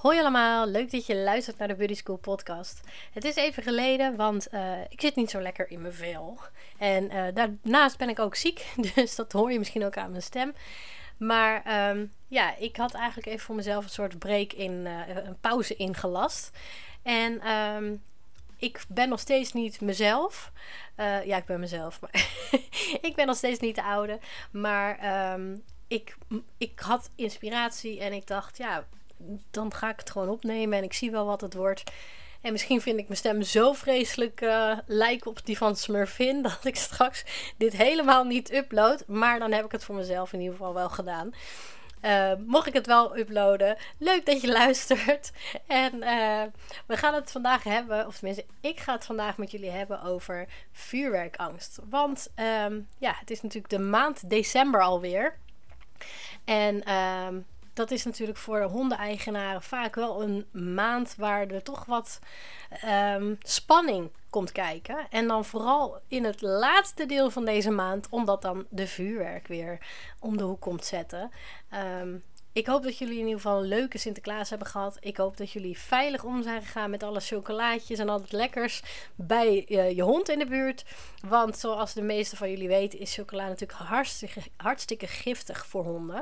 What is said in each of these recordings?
Hoi allemaal, leuk dat je luistert naar de Buddy School podcast. Het is even geleden, want ik zit niet zo lekker in mijn vel. En daarnaast ben ik ook ziek, dus dat hoor je misschien ook aan mijn stem. Maar ik had eigenlijk even voor mezelf een soort break een pauze ingelast. En ik ben nog steeds niet mezelf. Ik ben mezelf, maar ik ben nog steeds niet de oude. Maar ik had inspiratie en ik dacht, dan ga ik het gewoon opnemen en ik zie wel wat het wordt. En misschien vind ik mijn stem zo vreselijk lijken op die van Smurfin dat ik straks dit helemaal niet upload. Maar dan heb ik het voor mezelf in ieder geval wel gedaan. Mocht ik het wel uploaden, leuk dat je luistert. En we gaan het vandaag hebben, of tenminste ik ga het vandaag met jullie hebben over vuurwerkangst. Want het is natuurlijk de maand december alweer. En dat is natuurlijk voor hondeneigenaren vaak wel een maand waar er toch wat spanning komt kijken. En dan vooral in het laatste deel van deze maand, omdat dan de vuurwerk weer om de hoek komt zetten. Ik hoop dat jullie in ieder geval een leuke Sinterklaas hebben gehad. Ik hoop dat jullie veilig om zijn gegaan met alle chocolaatjes en al het lekkers bij je hond in de buurt. Want zoals de meeste van jullie weten is chocola natuurlijk hartstikke giftig voor honden.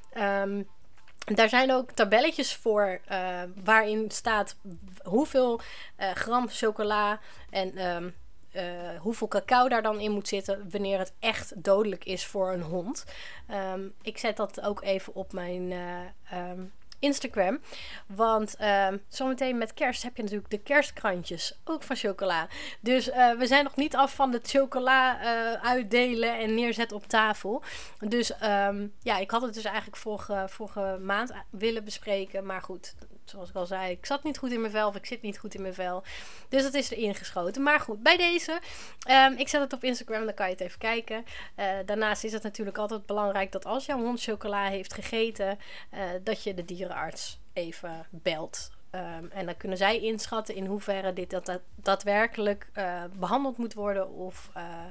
Daar zijn ook tabelletjes voor waarin staat hoeveel gram chocola en hoeveel cacao daar dan in moet zitten wanneer het echt dodelijk is voor een hond. Ik zet dat ook even op mijn Instagram. Want zometeen met kerst heb je natuurlijk de kerstkrantjes, ook van chocola. Dus we zijn nog niet af van het chocola uitdelen en neerzetten op tafel. Dus ik had het dus eigenlijk vorige maand willen bespreken. Maar goed, zoals ik al zei, ik zat niet goed in mijn vel of ik zit niet goed in mijn vel. Dus dat is erin geschoten. Maar goed, bij deze. Ik zet het op Instagram, dan kan je het even kijken. Daarnaast is het natuurlijk altijd belangrijk dat als jouw hond chocola heeft gegeten, dat je de dierenarts even belt. En dan kunnen zij inschatten in hoeverre dit daadwerkelijk behandeld moet worden of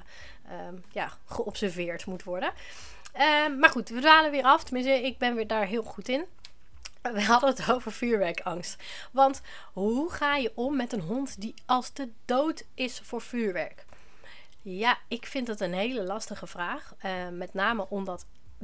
geobserveerd moet worden. Maar goed, we dwalen weer af. Tenminste, ik ben weer daar heel goed in. We hadden het over vuurwerkangst. Want hoe ga je om met een hond die als de dood is voor vuurwerk? Ja, ik vind het een hele lastige vraag. Met name omdat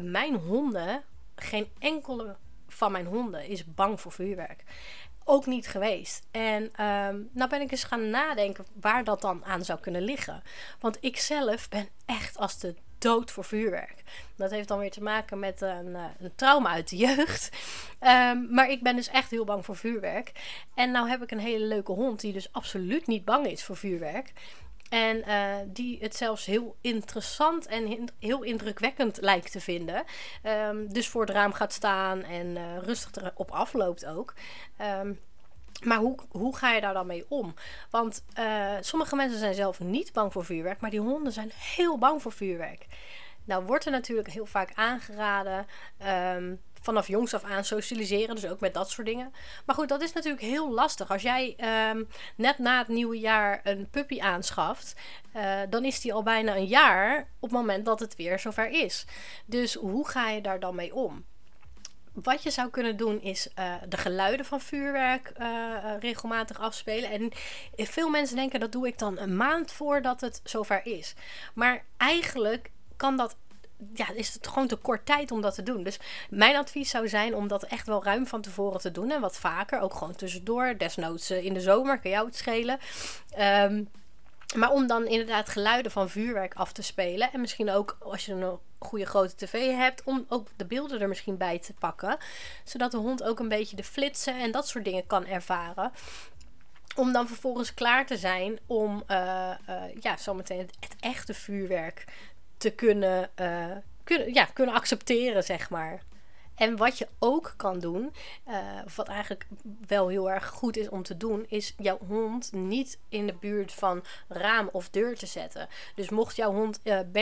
geen enkele van mijn honden is bang voor vuurwerk. Ook niet geweest. En nou ben ik eens gaan nadenken waar dat dan aan zou kunnen liggen. Want ik zelf ben echt als de dood voor vuurwerk. Dat heeft dan weer te maken met een trauma uit de jeugd. Maar ik ben dus echt heel bang voor vuurwerk. En nou heb ik een hele leuke hond die dus absoluut niet bang is voor vuurwerk. En die het zelfs heel interessant en heel indrukwekkend lijkt te vinden. Dus voor het raam gaat staan en rustig erop afloopt ook. Maar hoe ga je daar dan mee om? Want sommige mensen zijn zelf niet bang voor vuurwerk, maar die honden zijn heel bang voor vuurwerk. Nou wordt er natuurlijk heel vaak aangeraden vanaf jongs af aan socialiseren, dus ook met dat soort dingen. Maar goed, dat is natuurlijk heel lastig. Als jij net na het nieuwe jaar een puppy aanschaft, dan is die al bijna een jaar op het moment dat het weer zover is. Dus hoe ga je daar dan mee om? Wat je zou kunnen doen is de geluiden van vuurwerk regelmatig afspelen. En veel mensen denken dat doe ik dan een maand voordat het zover is. Maar eigenlijk is het gewoon te kort tijd om dat te doen. Dus mijn advies zou zijn om dat echt wel ruim van tevoren te doen. En wat vaker, ook gewoon tussendoor. Desnoods in de zomer, kan jou het schelen. Maar om dan inderdaad geluiden van vuurwerk af te spelen. En misschien ook als je een goede grote tv hebt, om ook de beelden er misschien bij te pakken. Zodat de hond ook een beetje de flitsen en dat soort dingen kan ervaren. Om dan vervolgens klaar te zijn om zometeen het echte vuurwerk te kunnen accepteren, zeg maar. En wat je ook kan doen, wat eigenlijk wel heel erg goed is om te doen, is jouw hond niet in de buurt van raam of deur te zetten. Dus mocht jouw hond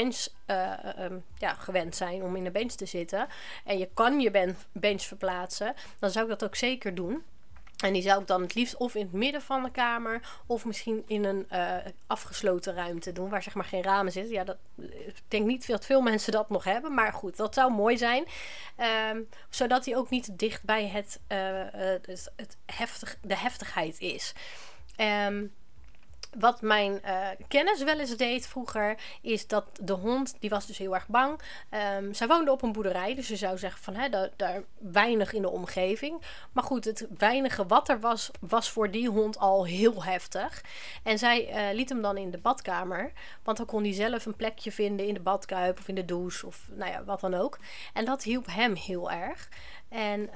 gewend zijn om in de bench te zitten en je kan je bench verplaatsen, dan zou ik dat ook zeker doen. En die zou ik dan het liefst of in het midden van de kamer of misschien in een afgesloten ruimte doen waar zeg maar geen ramen zitten. Ja, ik denk niet dat veel mensen dat nog hebben, maar goed, dat zou mooi zijn. Zodat hij ook niet dicht bij de heftigheid is. Wat mijn kennis wel eens deed vroeger, is dat de hond, die was dus heel erg bang. Zij woonde op een boerderij, dus je zou zeggen van daar weinig in de omgeving. Maar goed, het weinige wat er was voor die hond al heel heftig. En zij liet hem dan in de badkamer, want dan kon hij zelf een plekje vinden in de badkuip of in de douche of nou ja, wat dan ook. En dat hielp hem heel erg. En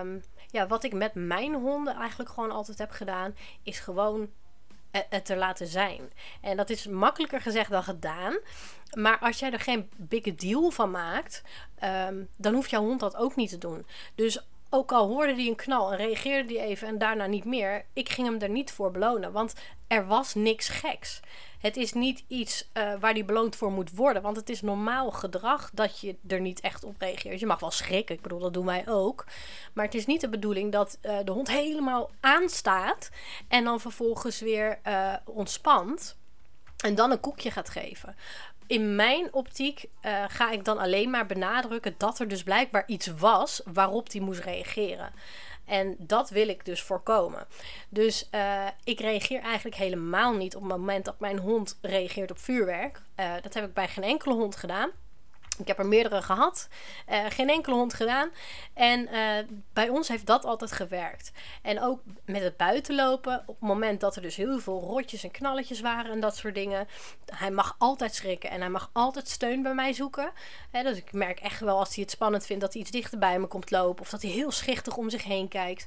wat ik met mijn honden eigenlijk gewoon altijd heb gedaan, is gewoon het er laten zijn. En dat is makkelijker gezegd dan gedaan. Maar als jij er geen big deal van maakt, dan hoeft jouw hond dat ook niet te doen. Dus ook al hoorde hij een knal en reageerde die even en daarna niet meer, ik ging hem er niet voor belonen, want er was niks geks. Het is niet iets waar die beloond voor moet worden, want het is normaal gedrag dat je er niet echt op reageert. Je mag wel schrikken, ik bedoel, dat doen wij ook. Maar het is niet de bedoeling dat de hond helemaal aanstaat en dan vervolgens weer ontspant en dan een koekje gaat geven. In mijn optiek ga ik dan alleen maar benadrukken dat er dus blijkbaar iets was waarop die moest reageren. En dat wil ik dus voorkomen. Dus ik reageer eigenlijk helemaal niet op het moment dat mijn hond reageert op vuurwerk. Dat heb ik bij geen enkele hond gedaan. Ik heb er meerdere gehad. Geen enkele hond gedaan. En bij ons heeft dat altijd gewerkt. En ook met het buitenlopen. Op het moment dat er dus heel veel rotjes en knalletjes waren en dat soort dingen. Hij mag altijd schrikken. En hij mag altijd steun bij mij zoeken. Dus ik merk echt wel als hij het spannend vindt dat hij iets dichter bij me komt lopen. Of dat hij heel schichtig om zich heen kijkt.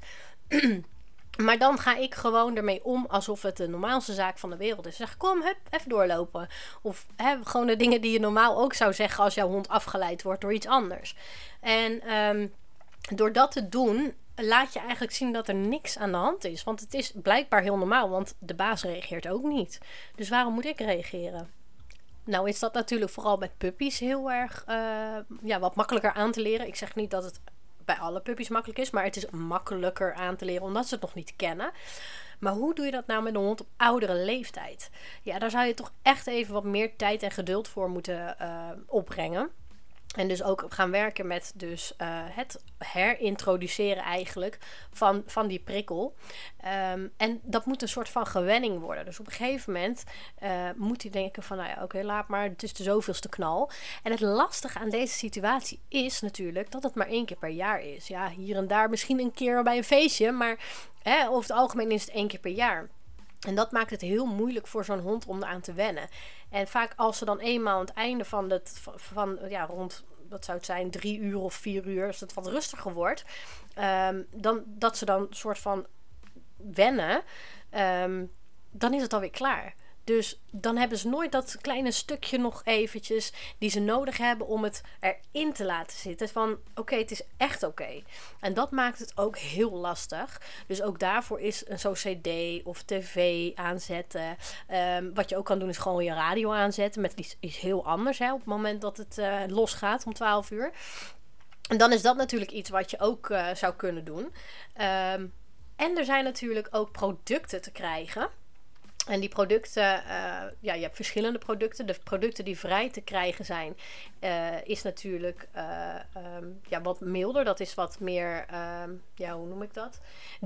Maar dan ga ik gewoon ermee om alsof het de normaalste zaak van de wereld is. Zeg, kom, hup, even doorlopen. Of gewoon de dingen die je normaal ook zou zeggen als jouw hond afgeleid wordt door iets anders. En door dat te doen, laat je eigenlijk zien dat er niks aan de hand is. Want het is blijkbaar heel normaal, want de baas reageert ook niet. Dus waarom moet ik reageren? Nou is dat natuurlijk vooral met puppies heel erg wat makkelijker aan te leren. Ik zeg niet dat het bij alle puppies makkelijk is, maar het is makkelijker aan te leren omdat ze het nog niet kennen. Maar hoe doe je dat nou met een hond op oudere leeftijd? Ja, daar zou je toch echt even wat meer tijd en geduld voor moeten opbrengen. En dus ook gaan werken met dus het herintroduceren eigenlijk van die prikkel. En dat moet een soort van gewenning worden. Dus op een gegeven moment moet hij denken van, nou ja, oké, laat maar, het is de zoveelste knal. En het lastige aan deze situatie is natuurlijk dat het maar 1 keer per jaar is. Ja, hier en daar misschien een keer bij een feestje, maar over het algemeen is het 1 keer per jaar. En dat maakt het heel moeilijk voor zo'n hond om eraan te wennen. En vaak als ze dan eenmaal aan het einde van rond, wat zou het zijn, 3 uur of 4 uur, als het wat rustiger wordt, dat ze dan soort van wennen, dan is het alweer klaar. Dus dan hebben ze nooit dat kleine stukje nog eventjes die ze nodig hebben om het erin te laten zitten. Van oké, het is echt oké. En dat maakt het ook heel lastig. Dus ook daarvoor is zo'n cd of tv aanzetten. Wat je ook kan doen is gewoon je radio aanzetten met iets heel anders. Op het moment dat het losgaat om 12 uur. En dan is dat natuurlijk iets wat je ook zou kunnen doen. En er zijn natuurlijk ook producten te krijgen. En die producten, je hebt verschillende producten. De producten die vrij te krijgen zijn, is natuurlijk wat milder. Dat is wat meer, hoe noem ik dat?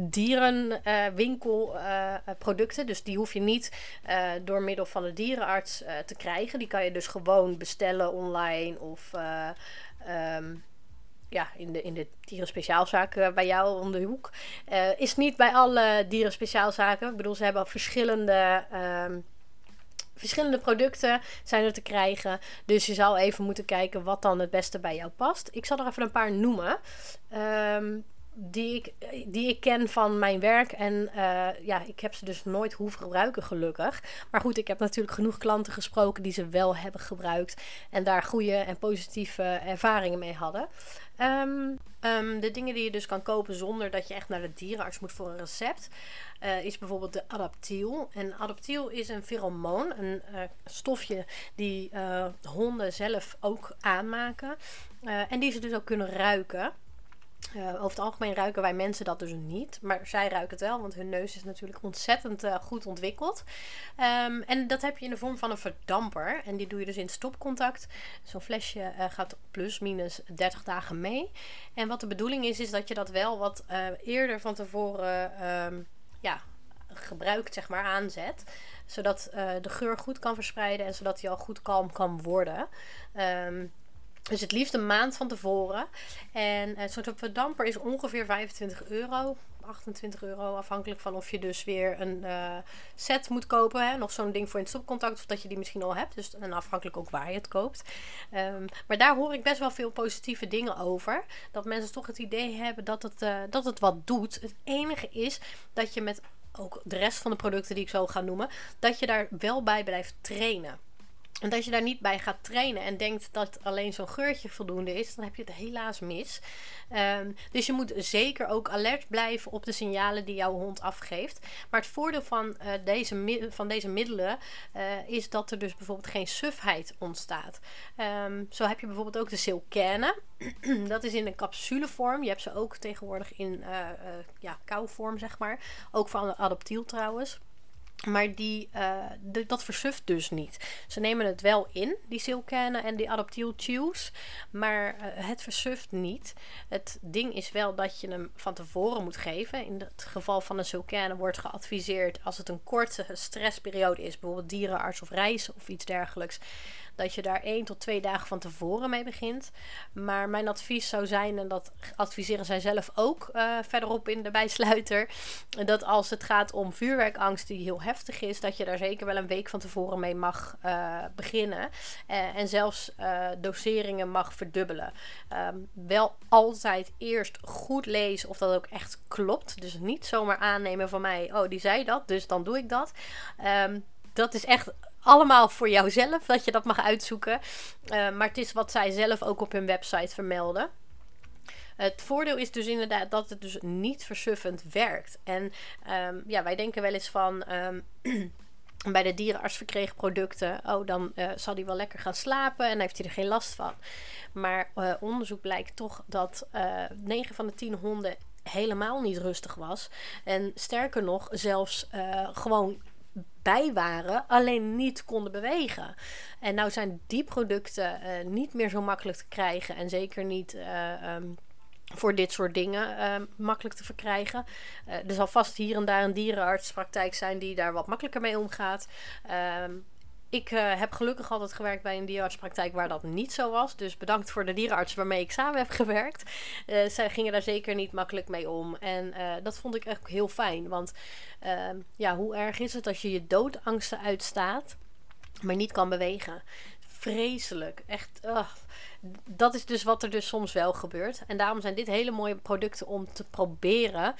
Dierenwinkelproducten. Dus die hoef je niet door middel van de dierenarts te krijgen. Die kan je dus gewoon bestellen online of in de dierenspeciaalzaak bij jou om de hoek. Is niet bij alle dierenspeciaalzaken. Ik bedoel, ze hebben verschillende producten zijn er te krijgen. Dus je zou even moeten kijken wat dan het beste bij jou past. Ik zal er even een paar noemen. Die ik ken van mijn werk. En ik heb ze dus nooit hoeven gebruiken, gelukkig. Maar goed, ik heb natuurlijk genoeg klanten gesproken die ze wel hebben gebruikt. En daar goede en positieve ervaringen mee hadden. De dingen die je dus kan kopen zonder dat je echt naar de dierenarts moet voor een recept, is bijvoorbeeld de Adaptiel. En Adaptiel is een pheromoon, een stofje die honden zelf ook aanmaken. En die ze dus ook kunnen ruiken. Over het algemeen ruiken wij mensen dat dus niet. Maar zij ruiken het wel, want hun neus is natuurlijk ontzettend goed ontwikkeld. En dat heb je in de vorm van een verdamper. En die doe je dus in stopcontact. Zo'n flesje gaat plus minus 30 dagen mee. En wat de bedoeling is dat je dat wel wat eerder van tevoren gebruikt, zeg maar, aanzet. Zodat de geur goed kan verspreiden en zodat hij al goed kalm kan worden. Dus het liefst een maand van tevoren. En zo'n verdamper is ongeveer €25, €28, afhankelijk van of je dus weer een set moet kopen. Hè? Nog zo'n ding voor in het stopcontact, of dat je die misschien al hebt. Dus en afhankelijk ook waar je het koopt. Maar daar hoor ik best wel veel positieve dingen over. Dat mensen toch het idee hebben dat het wat doet. Het enige is dat je met ook de rest van de producten die ik zo ga noemen, dat je daar wel bij blijft trainen. En als je daar niet bij gaat trainen en denkt dat alleen zo'n geurtje voldoende is, dan heb je het helaas mis. Dus je moet zeker ook alert blijven op de signalen die jouw hond afgeeft. Maar het voordeel van deze middelen is dat er dus bijvoorbeeld geen sufheid ontstaat. Zo heb je bijvoorbeeld ook de Silkane. Dat is in een capsulevorm. Je hebt ze ook tegenwoordig in kauwvorm, zeg maar. Ook van Adaptiel trouwens. Maar dat versuft dus niet. Ze nemen het wel in, die Silkane en die Adaptiel Chews. Maar het versuft niet. Het ding is wel dat je hem van tevoren moet geven. In het geval van een Silkane wordt geadviseerd als het een korte stressperiode is. Bijvoorbeeld dierenarts of reizen of iets dergelijks. Dat je daar 1 tot 2 dagen van tevoren mee begint. Maar mijn advies zou zijn, en dat adviseren zij zelf ook verderop in de bijsluiter, dat als het gaat om vuurwerkangst die heel heftig is, dat je daar zeker wel een week van tevoren mee mag beginnen. En zelfs doseringen mag verdubbelen. Wel altijd eerst goed lezen of dat ook echt klopt. Dus niet zomaar aannemen van mij, oh die zei dat, dus dan doe ik dat. Dat is echt allemaal voor jouzelf, dat je dat mag uitzoeken. Maar het is wat zij zelf ook op hun website vermelden. Het voordeel is dus inderdaad dat het dus niet versuffend werkt. En wij denken wel eens van bij de dierenarts verkregen producten, dan zal hij wel lekker gaan slapen en dan heeft hij er geen last van. Maar onderzoek blijkt toch dat 9 van de 10 honden helemaal niet rustig was. En sterker nog, zelfs gewoon bij waren, alleen niet konden bewegen. En nou zijn die producten niet meer zo makkelijk te krijgen en zeker niet voor dit soort dingen makkelijk te verkrijgen. Er zal vast hier en daar een dierenartspraktijk zijn die daar wat makkelijker mee omgaat. Ik heb gelukkig altijd gewerkt bij een dierenartspraktijk waar dat niet zo was. Dus bedankt voor de dierenarts waarmee ik samen heb gewerkt. Zij gingen daar zeker niet makkelijk mee om. En dat vond ik echt heel fijn. Want hoe erg is het als je doodangsten uitstaat, maar niet kan bewegen? Vreselijk. Echt. Dat is dus wat er dus soms wel gebeurt. En daarom zijn dit hele mooie producten om te proberen.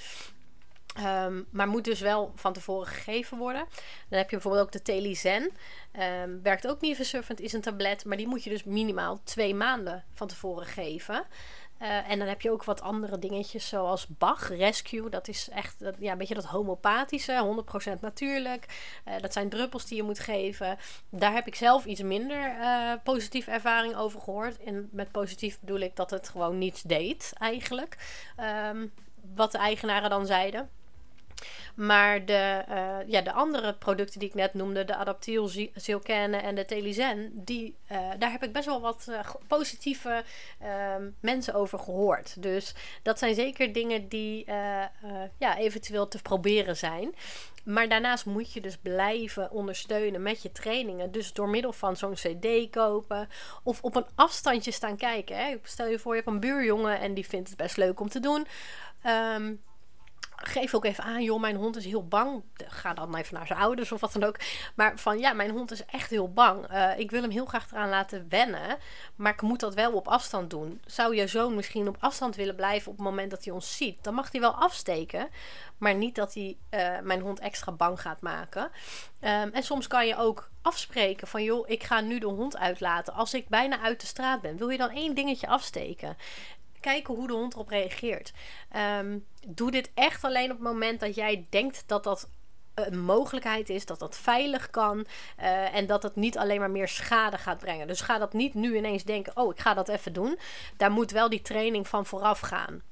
Maar moet dus wel van tevoren gegeven worden. Dan heb je bijvoorbeeld ook de Telizen. Werkt ook niet versuffend, is een tablet. Maar die moet je dus minimaal 2 maanden van tevoren geven. En dan heb je ook wat andere dingetjes zoals Bach Rescue. Dat is echt een beetje dat homopathische, 100% natuurlijk. Dat zijn druppels die je moet geven. Daar heb ik zelf iets minder positieve ervaring over gehoord. En met positief bedoel ik dat het gewoon niets deed eigenlijk. Wat de eigenaren dan zeiden. Maar de andere producten die ik net noemde, de Adaptiel, Silkane en de Telizen, daar heb ik best wel wat positieve mensen over gehoord. Dus dat zijn zeker dingen die eventueel te proberen zijn. Maar daarnaast moet je dus blijven ondersteunen met je trainingen. Dus door middel van zo'n cd kopen of op een afstandje staan kijken. Hè. Stel je voor, je hebt een buurjongen en die vindt het best leuk om te doen. Geef ook even aan, joh, mijn hond is heel bang. Ga dan even naar zijn ouders of wat dan ook. Maar mijn hond is echt heel bang. Ik wil hem heel graag eraan laten wennen. Maar ik moet dat wel op afstand doen. Zou je zoon misschien op afstand willen blijven op het moment dat hij ons ziet? Dan mag hij wel afsteken. Maar niet dat hij mijn hond extra bang gaat maken. En soms kan je ook afspreken van, joh, ik ga nu de hond uitlaten. Als ik bijna uit de straat ben, wil je dan 1 dingetje afsteken? Kijken hoe de hond erop reageert. Doe dit echt alleen op het moment dat jij denkt dat dat een mogelijkheid is, dat dat veilig kan en dat het niet alleen maar meer schade gaat brengen. Dus ga dat niet nu ineens denken, ik ga dat even doen. Daar moet wel die training van vooraf gaan.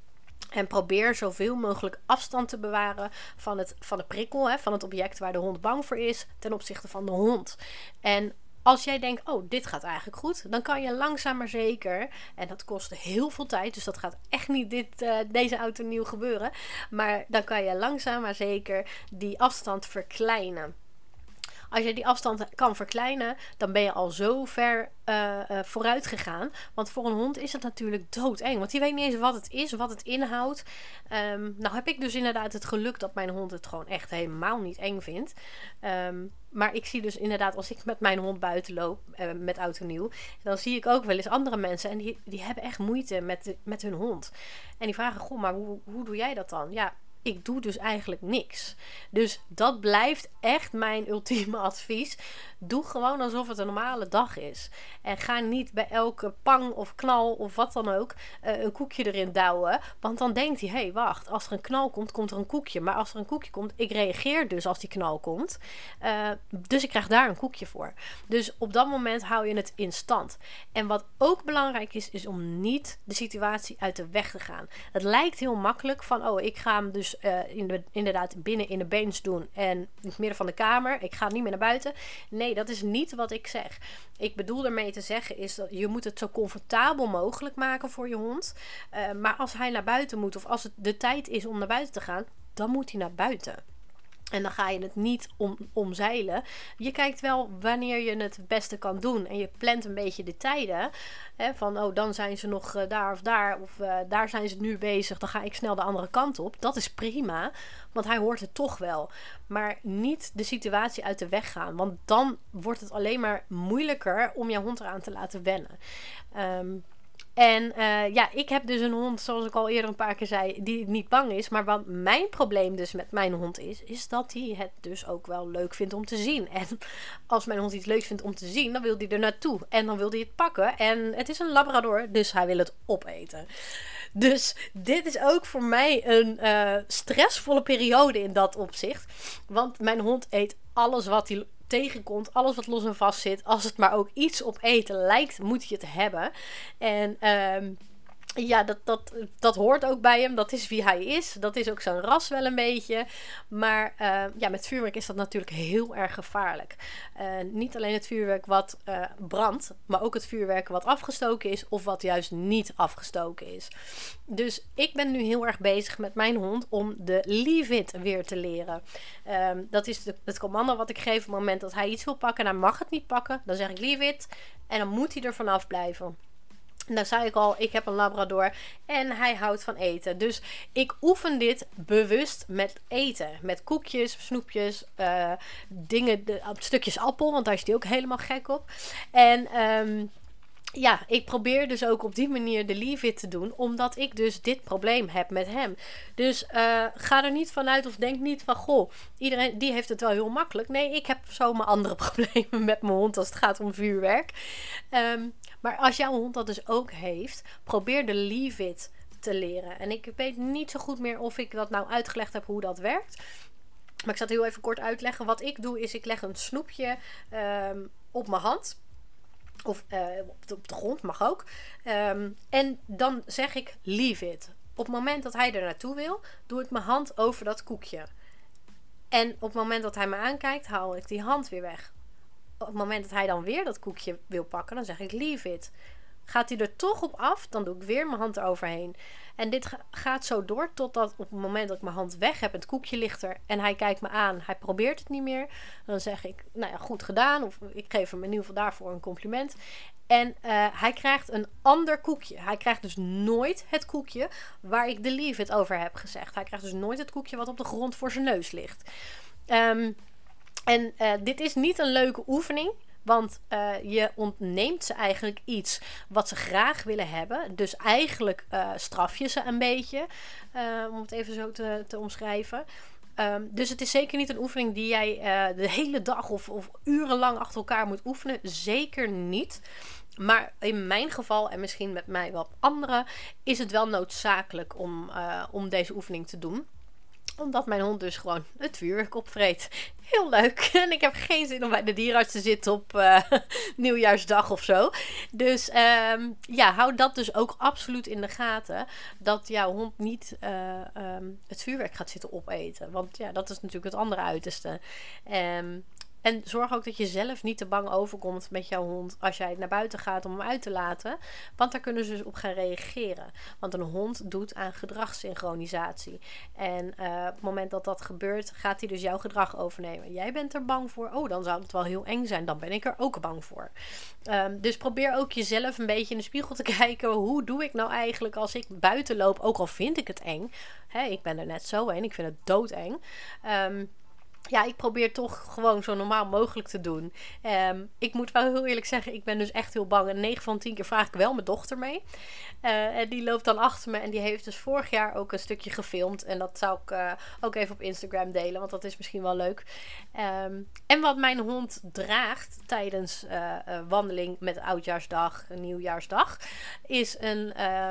En probeer zoveel mogelijk afstand te bewaren van de prikkel, van het object waar de hond bang voor is, ten opzichte van de hond. En als jij denkt, oh, dit gaat eigenlijk goed, dan kan je langzaam maar zeker, en dat kost heel veel tijd, dus dat gaat echt niet deze auto nieuw gebeuren, maar dan kan je langzaam maar zeker die afstand verkleinen. Als je die afstand kan verkleinen, dan ben je al zo ver vooruit gegaan. Want voor een hond is het natuurlijk doodeng. Want die weet niet eens wat het is, wat het inhoudt. Nou heb ik dus inderdaad het geluk dat mijn hond het gewoon echt helemaal niet eng vindt. Maar ik zie dus inderdaad, als ik met mijn hond buiten loop, met Oud en Nieuw, dan zie ik ook wel eens andere mensen. En die hebben echt moeite met hun hond. En die vragen, goh, maar hoe doe jij dat dan? Ja, ik doe dus eigenlijk niks. Dus dat blijft echt mijn ultieme advies. Doe gewoon alsof het een normale dag is. En ga niet bij elke pang of knal of wat dan ook een koekje erin douwen. Want dan denkt hij, hé, wacht, als er een knal komt, komt er een koekje. Maar als er een koekje komt, ik reageer dus als die knal komt. Dus ik krijg daar een koekje voor. Dus op dat moment hou je het in stand. En wat ook belangrijk is om niet de situatie uit de weg te gaan. Het lijkt heel makkelijk van, oh, ik ga hem dus inderdaad binnen in de bench doen en in het midden van de kamer. Ik ga niet meer naar buiten. Nee, dat is niet wat ik zeg. Ik bedoel ermee te zeggen is dat je moet het zo comfortabel mogelijk maken voor je hond. Maar als hij naar buiten moet of als het de tijd is om naar buiten te gaan, dan moet hij naar buiten. En dan ga je het niet omzeilen. Je kijkt wel wanneer je het het beste kan doen. En je plant een beetje de tijden. Van, oh, dan zijn ze nog daar of daar. Of daar zijn ze nu bezig. Dan ga ik snel de andere kant op. Dat is prima. Want hij hoort het toch wel. Maar niet de situatie uit de weg gaan. Want dan wordt het alleen maar moeilijker om je hond eraan te laten wennen. En ik heb dus een hond, zoals ik al eerder een paar keer zei, die niet bang is. Maar wat mijn probleem dus met mijn hond is dat hij het dus ook wel leuk vindt om te zien. En als mijn hond iets leuks vindt om te zien, dan wil hij er naartoe. En dan wil hij het pakken. En het is een labrador, dus hij wil het opeten. Dus dit is ook voor mij een stressvolle periode in dat opzicht. Want mijn hond eet alles wat hij tegenkomt, alles wat los en vast zit. Als het maar ook iets op eten lijkt, moet je het hebben. En dat hoort ook bij hem. Dat is wie hij is. Dat is ook zijn ras wel een beetje. Maar met vuurwerk is dat natuurlijk heel erg gevaarlijk. Niet alleen het vuurwerk wat brandt, maar ook het vuurwerk wat afgestoken is of wat juist niet afgestoken is. Dus ik ben nu heel erg bezig met mijn hond om de leave it weer te leren. Dat is het commando wat ik geef op het moment dat hij iets wil pakken en hij mag het niet pakken. Dan zeg ik leave it en dan moet hij er vanaf blijven. Nou zei ik al, ik heb een labrador en hij houdt van eten. Dus ik oefen dit bewust met eten. Met koekjes, snoepjes, stukjes appel, want daar is hij ook helemaal gek op. En ik probeer dus ook op die manier de leave it te doen, omdat ik dus dit probleem heb met hem. Dus ga er niet vanuit of denk niet van, goh, iedereen die heeft het wel heel makkelijk. Nee, ik heb zomaar andere problemen met mijn hond als het gaat om vuurwerk. Maar als jouw hond dat dus ook heeft, probeer de leave it te leren. En ik weet niet zo goed meer of ik dat nou uitgelegd heb hoe dat werkt. Maar ik zal het heel even kort uitleggen. Wat ik doe is, ik leg een snoepje op mijn hand. Of op de grond, mag ook. En dan zeg ik leave it. Op het moment dat hij er naartoe wil, doe ik mijn hand over dat koekje. En op het moment dat hij me aankijkt, haal ik die hand weer weg. Op het moment dat hij dan weer dat koekje wil pakken, dan zeg ik leave it. Gaat hij er toch op af, dan doe ik weer mijn hand eroverheen. En dit gaat zo door totdat op het moment dat ik mijn hand weg heb, het koekje ligt er en hij kijkt me aan, hij probeert het niet meer. Dan zeg ik, nou ja, goed gedaan. Of ik geef hem in ieder geval daarvoor een compliment. En hij krijgt een ander koekje. Hij krijgt dus nooit het koekje waar ik de leave it over heb gezegd. Hij krijgt dus nooit het koekje wat op de grond voor zijn neus ligt. Dit is niet een leuke oefening. Want je ontneemt ze eigenlijk iets wat ze graag willen hebben. Dus eigenlijk straf je ze een beetje. Om het even zo te omschrijven. Dus het is zeker niet een oefening die jij de hele dag of urenlang achter elkaar moet oefenen. Zeker niet. Maar in mijn geval, en misschien met mij wel anderen, is het wel noodzakelijk om deze oefening te doen. Omdat mijn hond dus gewoon het vuurwerk opvreet. Heel leuk. En ik heb geen zin om bij de dierenarts te zitten op nieuwjaarsdag of zo. Dus hou dat dus ook absoluut in de gaten. Dat jouw hond niet het vuurwerk gaat zitten opeten. Want ja, dat is natuurlijk het andere uiterste. En zorg ook dat je zelf niet te bang overkomt met jouw hond als jij naar buiten gaat om hem uit te laten. Want daar kunnen ze dus op gaan reageren. Want een hond doet aan gedragssynchronisatie. En op het moment dat dat gebeurt, gaat hij dus jouw gedrag overnemen. Jij bent er bang voor. Oh, dan zou het wel heel eng zijn. Dan ben ik er ook bang voor. Dus probeer ook jezelf een beetje in de spiegel te kijken. Hoe doe ik nou eigenlijk als ik buiten loop? Ook al vind ik het eng. Ik ben er net zo en ik vind het doodeng. Ik probeer toch gewoon zo normaal mogelijk te doen. Ik moet wel heel eerlijk zeggen, ik ben dus echt heel bang. En 9 van 10 keer vraag ik wel mijn dochter mee. En die loopt dan achter me. En die heeft dus vorig jaar ook een stukje gefilmd. En dat zou ik ook even op Instagram delen. Want dat is misschien wel leuk. En wat mijn hond draagt tijdens wandeling met Oudjaarsdag, Nieuwjaarsdag, is een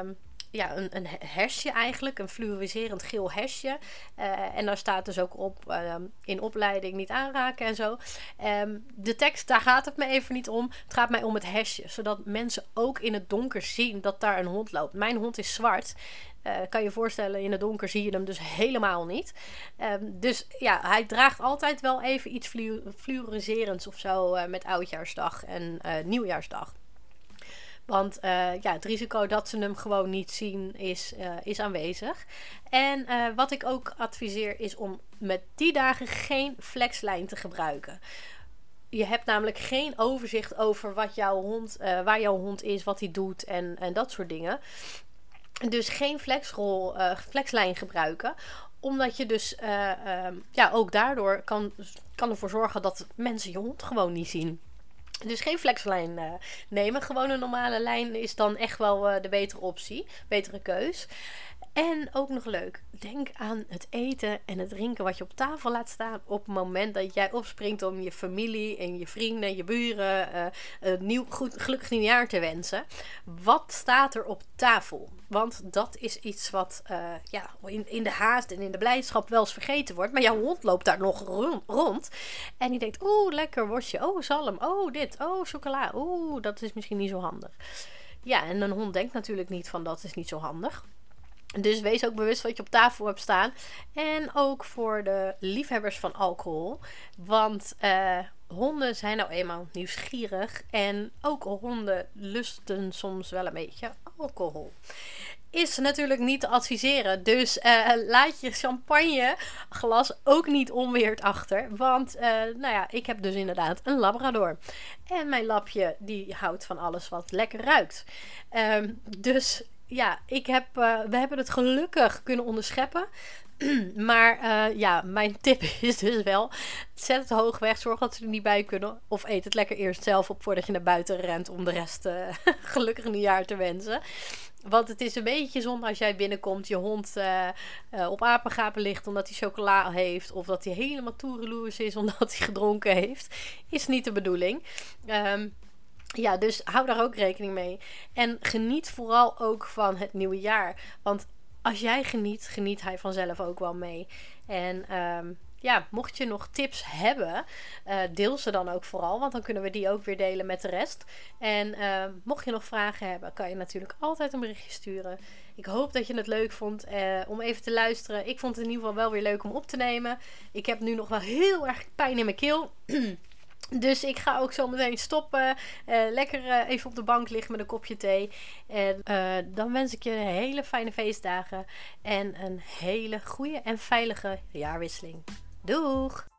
hesje eigenlijk. Een fluoriserend geel hesje. En daar staat dus ook op in opleiding niet aanraken en zo. De tekst, daar gaat het me even niet om. Het gaat mij om het hesje. Zodat mensen ook in het donker zien dat daar een hond loopt. Mijn hond is zwart. Kan je voorstellen, in het donker zie je hem dus helemaal niet. Dus ja, hij draagt altijd wel even iets fluoriserends of zo met Oudjaarsdag en Nieuwjaarsdag. Want het risico dat ze hem gewoon niet zien is aanwezig. En wat ik ook adviseer is om met die dagen geen flexlijn te gebruiken. Je hebt namelijk geen overzicht over wat jouw hond, waar jouw hond is, wat hij doet en dat soort dingen. Dus geen flexlijn gebruiken. Omdat je dus ook daardoor kan ervoor zorgen dat mensen je hond gewoon niet zien. Dus geen flexlijn nemen. Gewoon een normale lijn is dan echt wel de betere optie. Betere keus. En ook nog leuk. Denk aan het eten en het drinken wat je op tafel laat staan. Op het moment dat jij opspringt om je familie en je vrienden, je buren een gelukkig nieuwjaar te wensen. Wat staat er op tafel? Want dat is iets wat in de haast en in de blijdschap wel eens vergeten wordt. Maar jouw hond loopt daar nog rond. En die denkt, oeh, lekker worstje. Oh, zalm. Oh, dit. Oh, chocola. Oeh, dat is misschien niet zo handig. Ja, en een hond denkt natuurlijk niet van dat is niet zo handig. Dus wees ook bewust wat je op tafel hebt staan. En ook voor de liefhebbers van alcohol. Want honden zijn nou eenmaal nieuwsgierig. En ook honden lusten soms wel een beetje alcohol. Is natuurlijk niet te adviseren. Dus laat je champagneglas ook niet onweerd achter. Want ik heb dus inderdaad een labrador. En mijn labje die houdt van alles wat lekker ruikt. Dus ja, we hebben het gelukkig kunnen onderscheppen. Maar mijn tip is dus wel, zet het hoog weg, zorg dat ze er niet bij kunnen. Of eet het lekker eerst zelf op voordat je naar buiten rent om de rest gelukkig nieuwjaar te wensen. Want het is een beetje zonde als jij binnenkomt, je hond op apengapen ligt omdat hij chocola heeft. Of dat hij helemaal toereloers is omdat hij gedronken heeft. Is niet de bedoeling. Dus hou daar ook rekening mee. En geniet vooral ook van het nieuwe jaar. Want als jij geniet hij vanzelf ook wel mee. En mocht je nog tips hebben, deel ze dan ook vooral. Want dan kunnen we die ook weer delen met de rest. En mocht je nog vragen hebben, kan je natuurlijk altijd een berichtje sturen. Ik hoop dat je het leuk vond om even te luisteren. Ik vond het in ieder geval wel weer leuk om op te nemen. Ik heb nu nog wel heel erg pijn in mijn keel. Dus ik ga ook zo meteen stoppen. Lekker even op de bank liggen met een kopje thee. En dan wens ik je hele fijne feestdagen. En een hele goede en veilige jaarwisseling. Doeg!